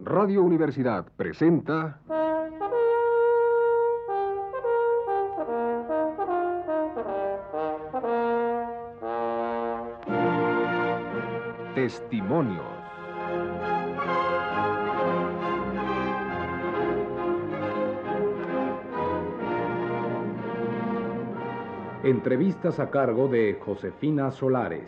Radio Universidad presenta Testimonios. Entrevistas a cargo de Josefina Solares.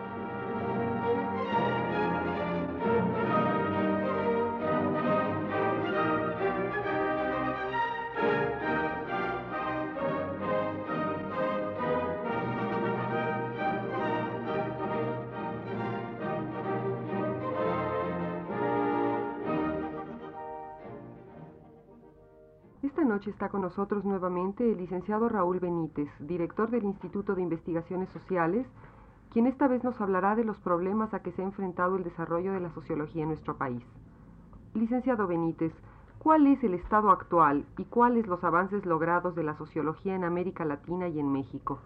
Esta noche está con nosotros nuevamente el licenciado Raúl Benítez, director del Instituto de Investigaciones Sociales, quien esta vez nos hablará de los problemas a que se ha enfrentado el desarrollo de la sociología en nuestro país. Licenciado Benítez, ¿cuál es el estado actual y cuáles los avances logrados de la sociología en América Latina y en México?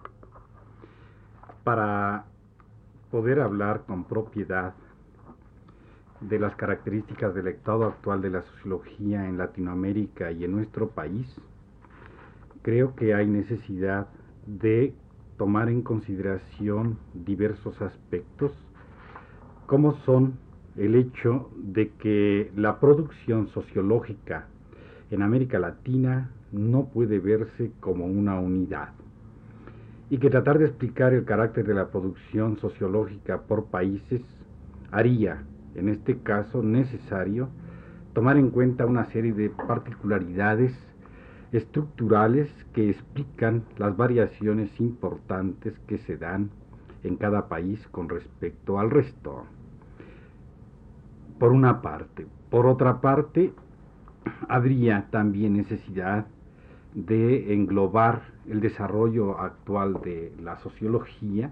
Para poder hablar con propiedad de las características del estado actual de la sociología en Latinoamérica y en nuestro país, creo que hay necesidad de tomar en consideración diversos aspectos, como son el hecho de que la producción sociológica en América Latina no puede verse como una unidad, y que tratar de explicar el carácter de la producción sociológica por países haría, en este caso, necesario tomar en cuenta una serie de particularidades estructurales que explican las variaciones importantes que se dan en cada país con respecto al resto. Por una parte. Por otra parte, habría también necesidad de englobar el desarrollo actual de la sociología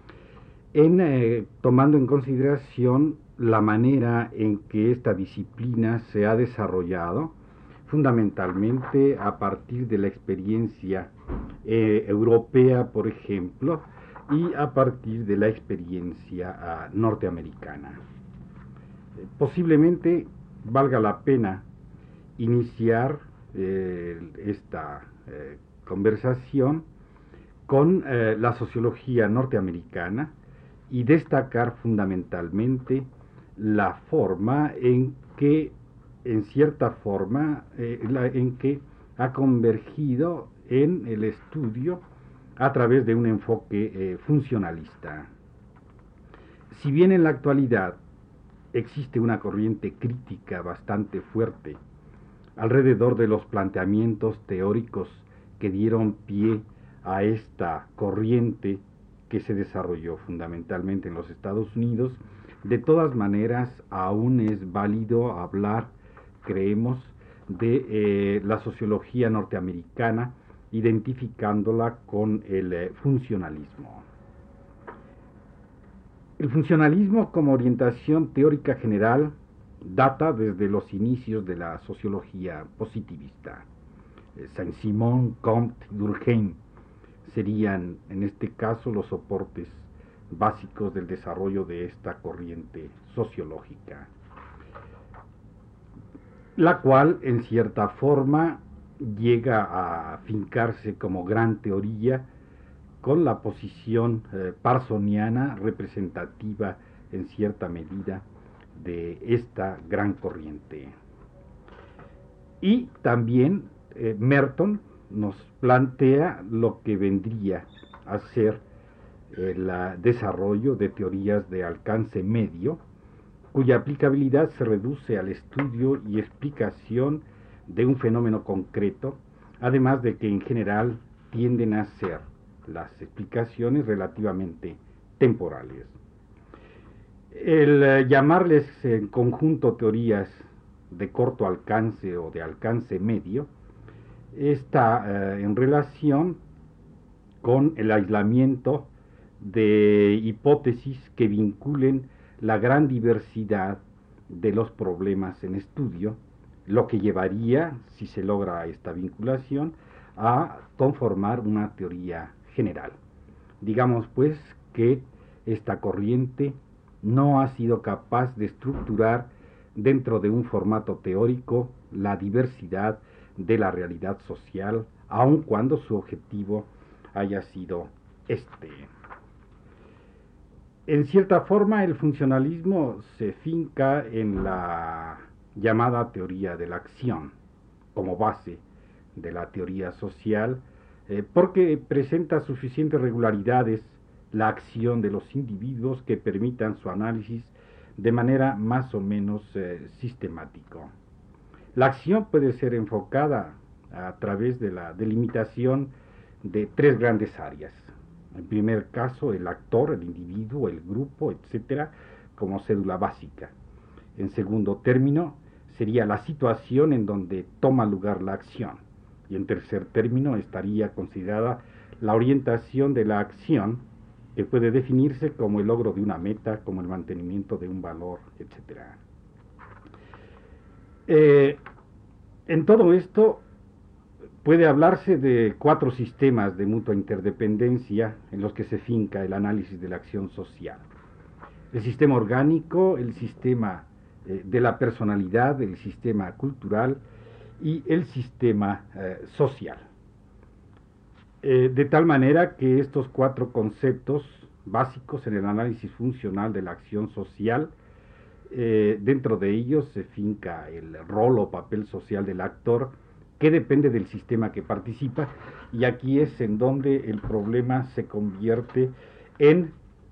tomando en consideración la manera en que esta disciplina se ha desarrollado, fundamentalmente a partir de la experiencia europea, por ejemplo, y a partir de la experiencia norteamericana. Posiblemente valga la pena iniciar esta conversación con la sociología norteamericana y destacar fundamentalmente la forma en que, en cierta forma, en que ha convergido en el estudio a través de un enfoque funcionalista. Si bien en la actualidad existe una corriente crítica bastante fuerte alrededor de los planteamientos teóricos que dieron pie a esta corriente que se desarrolló fundamentalmente en los Estados Unidos, de todas maneras aún es válido hablar, creemos, de la sociología norteamericana, identificándola con el funcionalismo. El funcionalismo como orientación teórica general data desde los inicios de la sociología positivista. Saint-Simon, Comte, Durkheim serían en este caso los soportes básicos del desarrollo de esta corriente sociológica, la cual en cierta forma llega a fincarse como gran teoría con la posición parsoniana representativa en cierta medida de esta gran corriente. Y también Merton nos plantea lo que vendría a ser el desarrollo de teorías de alcance medio, cuya aplicabilidad se reduce al estudio y explicación de un fenómeno concreto, además de que en general tienden a ser las explicaciones relativamente temporales. El llamarles en conjunto teorías de corto alcance o de alcance medio está en relación con el aislamiento de hipótesis que vinculen la gran diversidad de los problemas en estudio, lo que llevaría, si se logra esta vinculación, a conformar una teoría general. Digamos pues que esta corriente no ha sido capaz de estructurar dentro de un formato teórico la diversidad de la realidad social, aun cuando su objetivo haya sido este. En cierta forma, el funcionalismo se finca en la llamada teoría de la acción, como base de la teoría social, porque presenta suficientes regularidades la acción de los individuos que permitan su análisis de manera más o menos sistemática. La acción puede ser enfocada a través de la delimitación de tres grandes áreas. En primer caso, el actor, el individuo, el grupo, etcétera, como cédula básica. En segundo término, sería la situación en donde toma lugar la acción. Y en tercer término, estaría considerada la orientación de la acción, que puede definirse como el logro de una meta, como el mantenimiento de un valor, etcétera. En todo esto puede hablarse de cuatro sistemas de mutua interdependencia en los que se finca el análisis de la acción social. El sistema orgánico, el sistema de la personalidad, el sistema cultural y el sistema social. De tal manera que estos cuatro conceptos básicos en el análisis funcional de la acción social, dentro de ellos se finca el rol o papel social del actor, que depende del sistema que participa, y aquí es en donde el problema se convierte en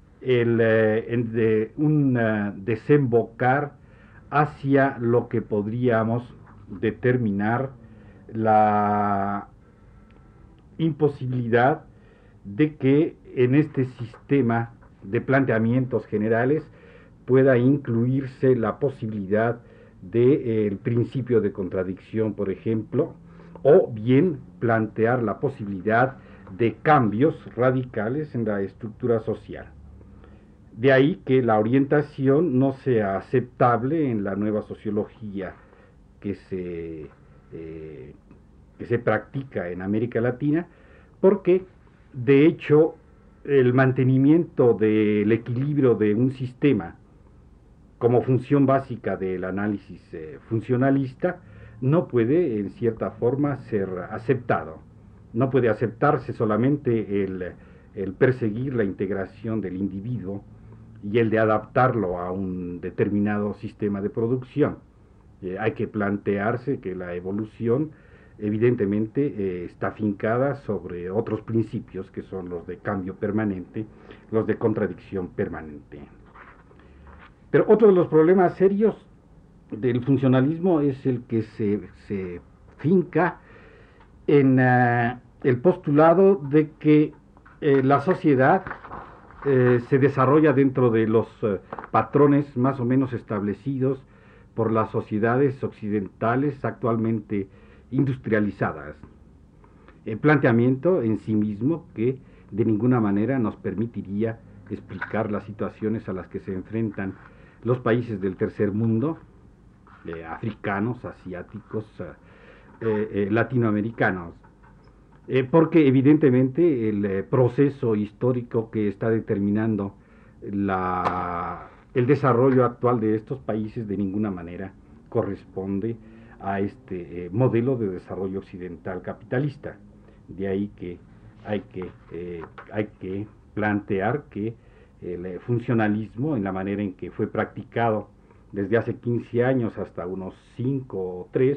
un desembocar hacia lo que podríamos determinar la imposibilidad de que en este sistema de planteamientos generales pueda incluirse la posibilidad del principio de contradicción, por ejemplo, o bien plantear la posibilidad de cambios radicales en la estructura social. De ahí que la orientación no sea aceptable en la nueva sociología que se practica en América Latina, porque de hecho el mantenimiento del equilibrio de un sistema como función básica del análisis funcionalista no puede en cierta forma ser aceptado. No puede aceptarse solamente el perseguir la integración del individuo y el de adaptarlo a un determinado sistema de producción. Hay que plantearse que la evolución evidentemente está fincada sobre otros principios que son los de cambio permanente, los de contradicción permanente. Pero otro de los problemas serios del funcionalismo es el que se finca en el postulado de que la sociedad se desarrolla dentro de los patrones más o menos establecidos por las sociedades occidentales actualmente industrializadas. El planteamiento en sí mismo que de ninguna manera nos permitiría explicar las situaciones a las que se enfrentan los países del tercer mundo, africanos, asiáticos, latinoamericanos, porque evidentemente el proceso histórico que está determinando el desarrollo actual de estos países de ninguna manera corresponde a este modelo de desarrollo occidental capitalista. De ahí que hay que plantear que el funcionalismo, en la manera en que fue practicado desde hace 15 años hasta unos 5 o 3,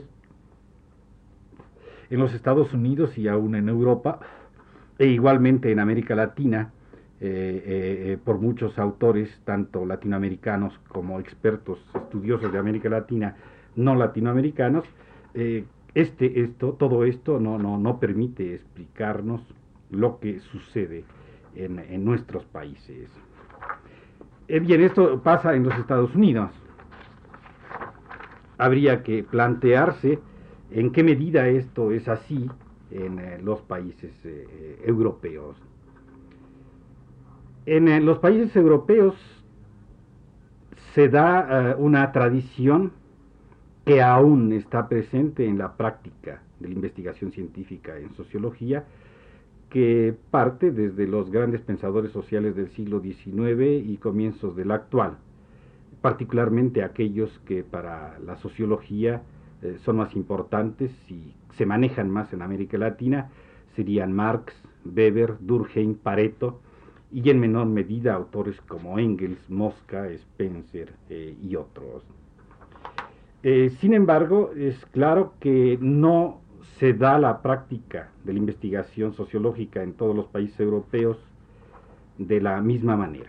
en los Estados Unidos y aún en Europa, e igualmente en América Latina, por muchos autores, tanto latinoamericanos como expertos estudiosos de América Latina, no latinoamericanos, todo esto no permite explicarnos lo que sucede en nuestros países. Bien, esto pasa en los Estados Unidos. Habría que plantearse en qué medida esto es así en los países europeos. En los países europeos se da una tradición que aún está presente en la práctica de la investigación científica en sociología, que parte desde los grandes pensadores sociales del siglo XIX y comienzos del actual. particularmente aquellos que para la sociología son más importantes y se manejan más en América Latina, serían Marx, Weber, Durkheim, Pareto, y en menor medida autores como Engels, Mosca, Spencer y otros. Sin embargo, es claro que no se da la práctica de la investigación sociológica en todos los países europeos de la misma manera.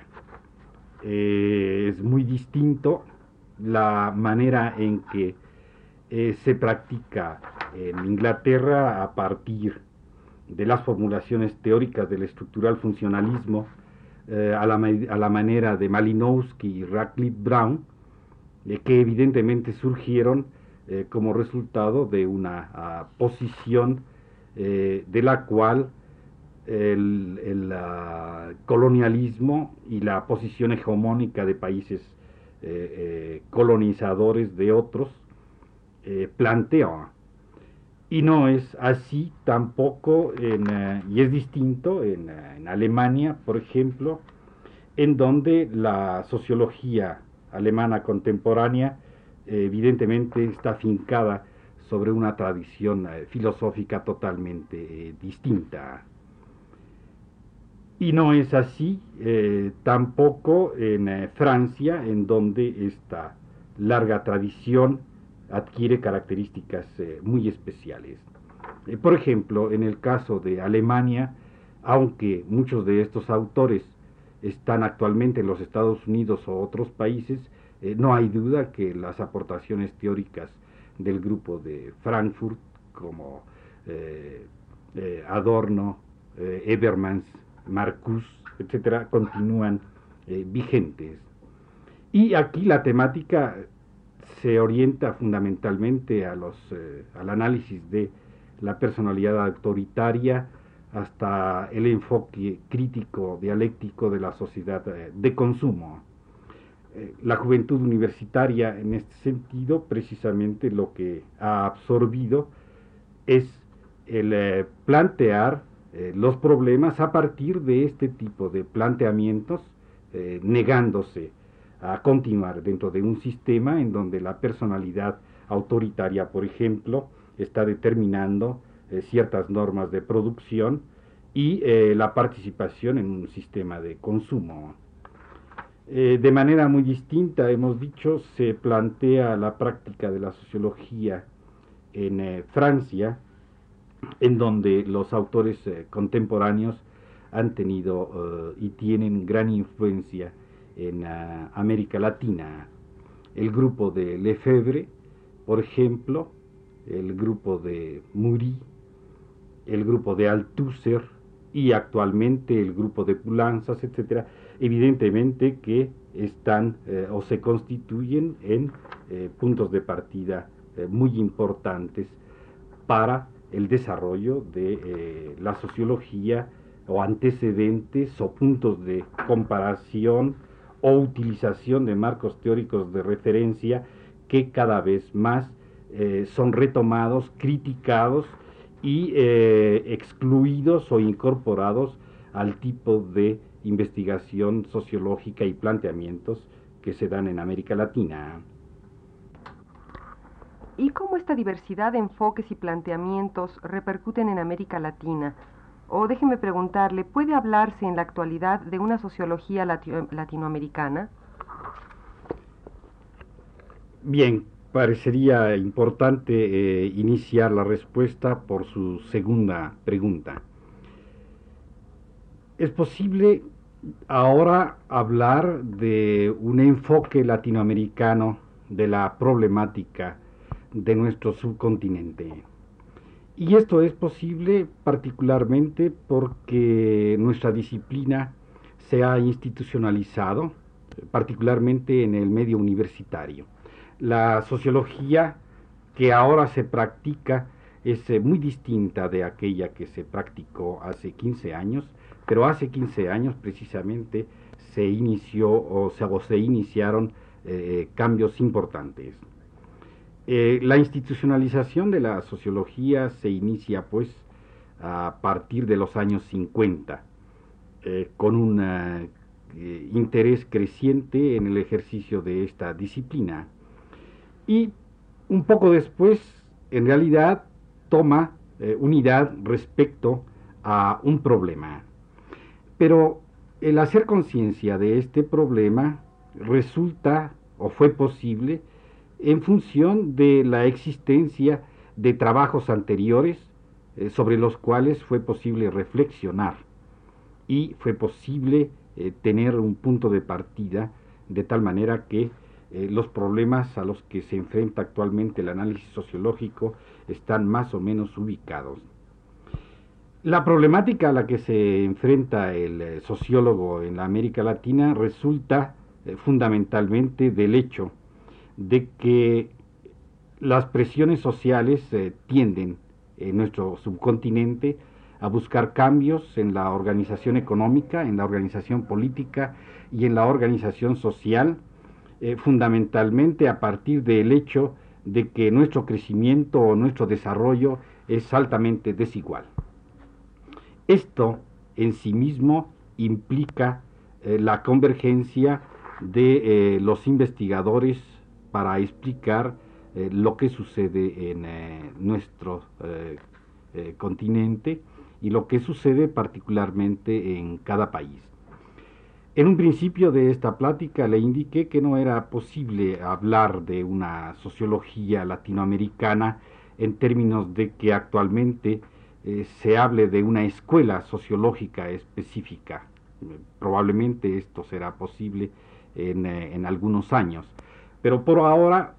Es muy distinto la manera en que se practica en Inglaterra a partir de las formulaciones teóricas del estructural funcionalismo a la manera de Malinowski y Radcliffe Brown, que evidentemente surgieron como resultado de una posición de la cual el colonialismo y la posición hegemónica de países colonizadores de otros planteaban. Y no es así tampoco, y es distinto en Alemania, por ejemplo, en donde la sociología alemana contemporánea evidentemente está afincada sobre una tradición filosófica totalmente distinta. Y no es así tampoco en Francia, en donde esta larga tradición adquiere características muy especiales. Por ejemplo, en el caso de Alemania, aunque muchos de estos autores están actualmente en los Estados Unidos o otros países, no hay duda que las aportaciones teóricas del grupo de Frankfurt, como Adorno, Habermas, Marcuse, etcétera, continúan vigentes. Y aquí la temática se orienta fundamentalmente al análisis de la personalidad autoritaria hasta el enfoque crítico dialéctico de la sociedad de consumo. La juventud universitaria, en este sentido, precisamente lo que ha absorbido es el plantear los problemas a partir de este tipo de planteamientos, negándose a continuar dentro de un sistema en donde la personalidad autoritaria, por ejemplo, está determinando ciertas normas de producción y la participación en un sistema de consumo. De manera muy distinta, hemos dicho, se plantea la práctica de la sociología en Francia, en donde los autores contemporáneos han tenido y tienen gran influencia en América Latina. El grupo de Lefebvre, por ejemplo, el grupo de Muri, el grupo de Althusser y actualmente el grupo de Poulantzas, etcétera, evidentemente que están o se constituyen en puntos de partida muy importantes para el desarrollo de la sociología, o antecedentes o puntos de comparación o utilización de marcos teóricos de referencia que cada vez más son retomados, criticados y excluidos o incorporados al tipo de investigación sociológica y planteamientos que se dan en América Latina. ¿Y cómo esta diversidad de enfoques y planteamientos repercuten en América Latina? O déjeme preguntarle, ¿puede hablarse en la actualidad de una sociología latinoamericana? Bien, parecería importante iniciar la respuesta por su segunda pregunta. ¿Es posible ahora hablar de un enfoque latinoamericano de la problemática de nuestro subcontinente? Y esto es posible particularmente porque nuestra disciplina se ha institucionalizado, particularmente en el medio universitario. La sociología que ahora se practica es muy distinta de aquella que se practicó hace 15 años, pero hace 15 años precisamente se iniciaron cambios importantes. La institucionalización de la sociología se inicia pues a partir de los años 50 con un interés creciente en el ejercicio de esta disciplina. Y un poco después, en realidad, toma unidad respecto a un problema. Pero el hacer conciencia de este problema resulta o fue posible en función de la existencia de trabajos anteriores sobre los cuales fue posible reflexionar y fue posible tener un punto de partida de tal manera que los problemas a los que se enfrenta actualmente el análisis sociológico están más o menos ubicados. La problemática a la que se enfrenta el sociólogo en la América Latina resulta fundamentalmente del hecho de que las presiones sociales tienden en nuestro subcontinente a buscar cambios en la organización económica, en la organización política y en la organización social, fundamentalmente a partir del hecho de que nuestro crecimiento o nuestro desarrollo es altamente desigual. Esto en sí mismo implica la convergencia de los investigadores para explicar lo que sucede en nuestro continente y lo que sucede particularmente en cada país. En un principio de esta plática le indiqué que no era posible hablar de una sociología latinoamericana en términos de que actualmente se hable de una escuela sociológica específica. Probablemente esto será posible en algunos años. Pero por ahora,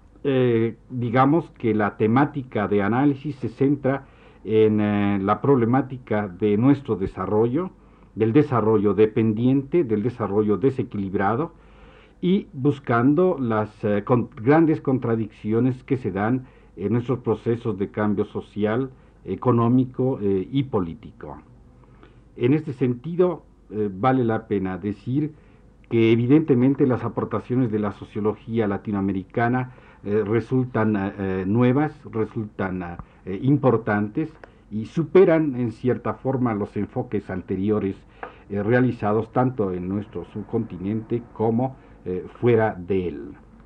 digamos que la temática de análisis se centra en la problemática de nuestro desarrollo, del desarrollo dependiente, del desarrollo desequilibrado, y buscando las grandes contradicciones que se dan en nuestros procesos de cambio social, económico y político. En este sentido, vale la pena decir que evidentemente las aportaciones de la sociología latinoamericana resultan nuevas, resultan importantes y superan en cierta forma los enfoques anteriores realizados tanto en nuestro subcontinente como fuera de él.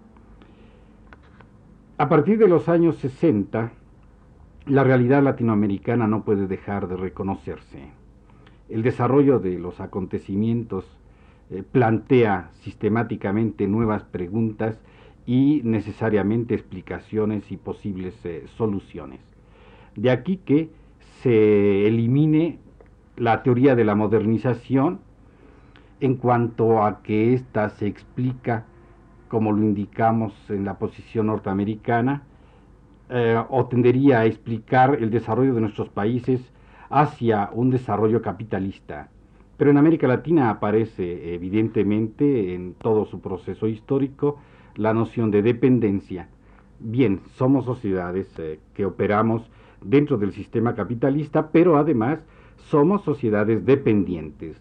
A partir de los años 60, la realidad latinoamericana no puede dejar de reconocerse. El desarrollo de los acontecimientos plantea sistemáticamente nuevas preguntas y necesariamente explicaciones y posibles soluciones. De aquí que se elimine la teoría de la modernización en cuanto a que ésta se explica, como lo indicamos en la posición norteamericana, o tendería a explicar el desarrollo de nuestros países hacia un desarrollo capitalista. Pero en América Latina aparece evidentemente en todo su proceso histórico la noción de dependencia. Bien, somos sociedades que operamos dentro del sistema capitalista, pero además somos sociedades dependientes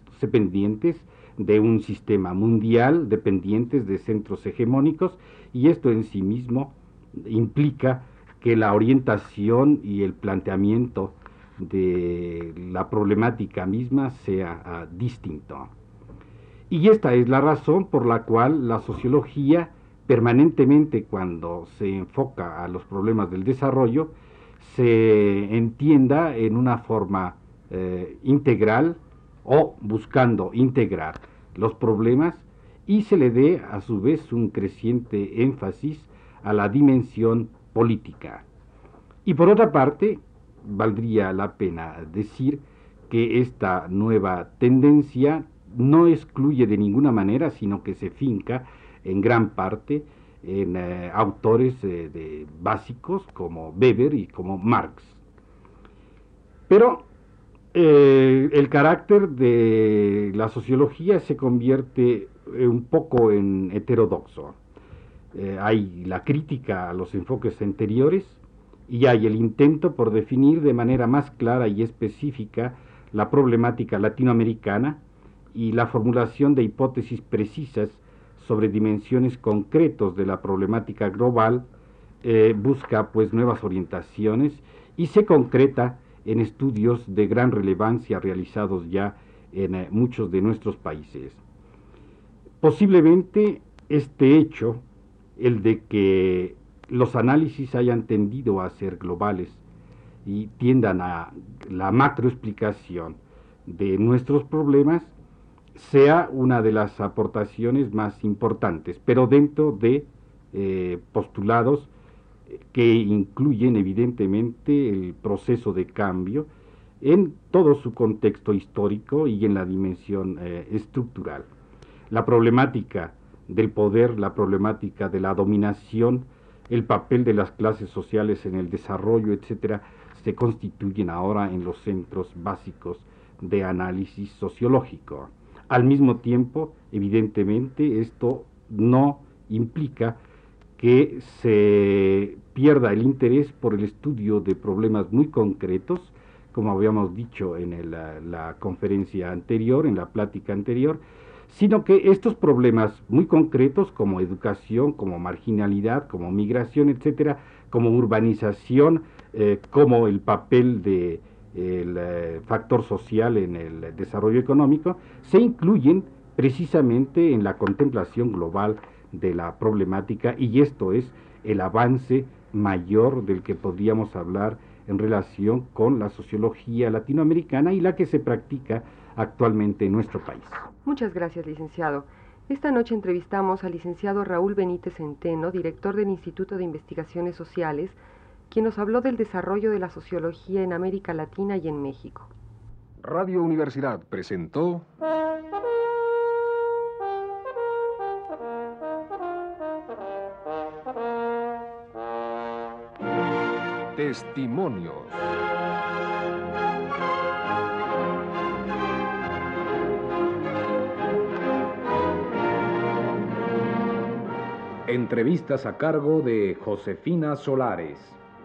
de un sistema mundial, dependientes de centros hegemónicos, y esto en sí mismo implica que la orientación y el planteamiento de la problemática misma sea distinto. Y esta es la razón por la cual la sociología permanentemente, cuando se enfoca a los problemas del desarrollo, se entienda en una forma integral o buscando integrar los problemas y se le dé a su vez un creciente énfasis a la dimensión política. Y por otra parte, valdría la pena decir que esta nueva tendencia no excluye de ninguna manera, sino que se finca en gran parte en autores básicos como Weber y como Marx. Pero el carácter de la sociología se convierte un poco en heterodoxo. Hay la crítica a los enfoques anteriores y hay el intento por definir de manera más clara y específica la problemática latinoamericana y la formulación de hipótesis precisas sobre dimensiones concretos de la problemática global busca pues nuevas orientaciones y se concreta en estudios de gran relevancia realizados ya en muchos de nuestros países. Posiblemente este hecho, el de que los análisis hayan tendido a ser globales y tiendan a la macroexplicación de nuestros problemas, sea una de las aportaciones más importantes, pero dentro de postulados que incluyen evidentemente el proceso de cambio en todo su contexto histórico y en la dimensión estructural. La problemática del poder, la problemática de la dominación, el papel de las clases sociales en el desarrollo, etcétera, se constituyen ahora en los centros básicos de análisis sociológico. Al mismo tiempo, evidentemente, esto no implica que se pierda el interés por el estudio de problemas muy concretos, como habíamos dicho en la conferencia anterior, en la plática anterior, sino que estos problemas muy concretos como educación, como marginalidad, como migración, etcétera, como urbanización, como el papel de el factor social en el desarrollo económico, se incluyen precisamente en la contemplación global de la problemática, y esto es el avance mayor del que podríamos hablar en relación con la sociología latinoamericana y la que se practica actualmente en nuestro país. Muchas gracias, licenciado. Esta noche entrevistamos al licenciado Raúl Benítez Centeno, director del Instituto de Investigaciones Sociales, quien nos habló del desarrollo de la sociología en América Latina y en México. Radio Universidad presentó Testimonios. Entrevistas a cargo de Josefina Solares.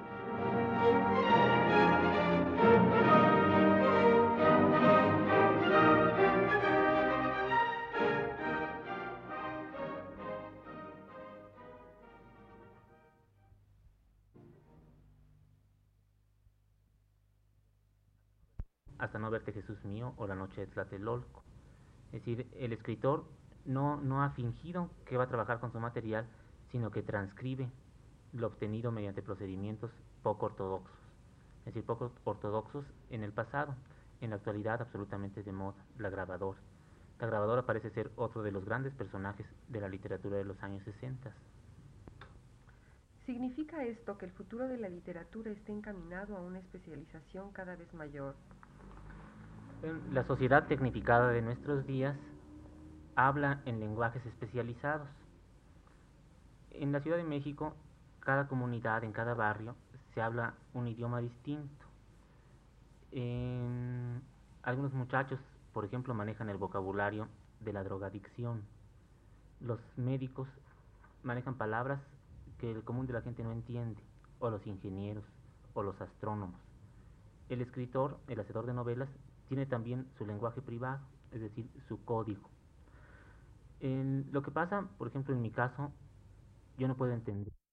Hasta no verte, Jesús mío, o La noche de Tlatelolco. Es decir, el escritor no ha fingido que va a trabajar con su material, sino que transcribe lo obtenido mediante procedimientos poco ortodoxos. Es decir, poco ortodoxos en el pasado, en la actualidad absolutamente de moda, la grabadora. La grabadora parece ser otro de los grandes personajes de la literatura de los años 60. ¿Significa esto que el futuro de la literatura está encaminado a una especialización cada vez mayor? La sociedad tecnificada de nuestros días habla en lenguajes especializados. En la Ciudad de México, cada comunidad, en cada barrio, se habla un idioma distinto. Algunos muchachos, por ejemplo, manejan el vocabulario de la drogadicción. Los médicos manejan palabras que el común de la gente no entiende, o los ingenieros, o los astrónomos. El escritor, el hacedor de novelas, tiene también su lenguaje privado, es decir, su código. Lo que pasa, por ejemplo, en mi caso, yo no puedo entender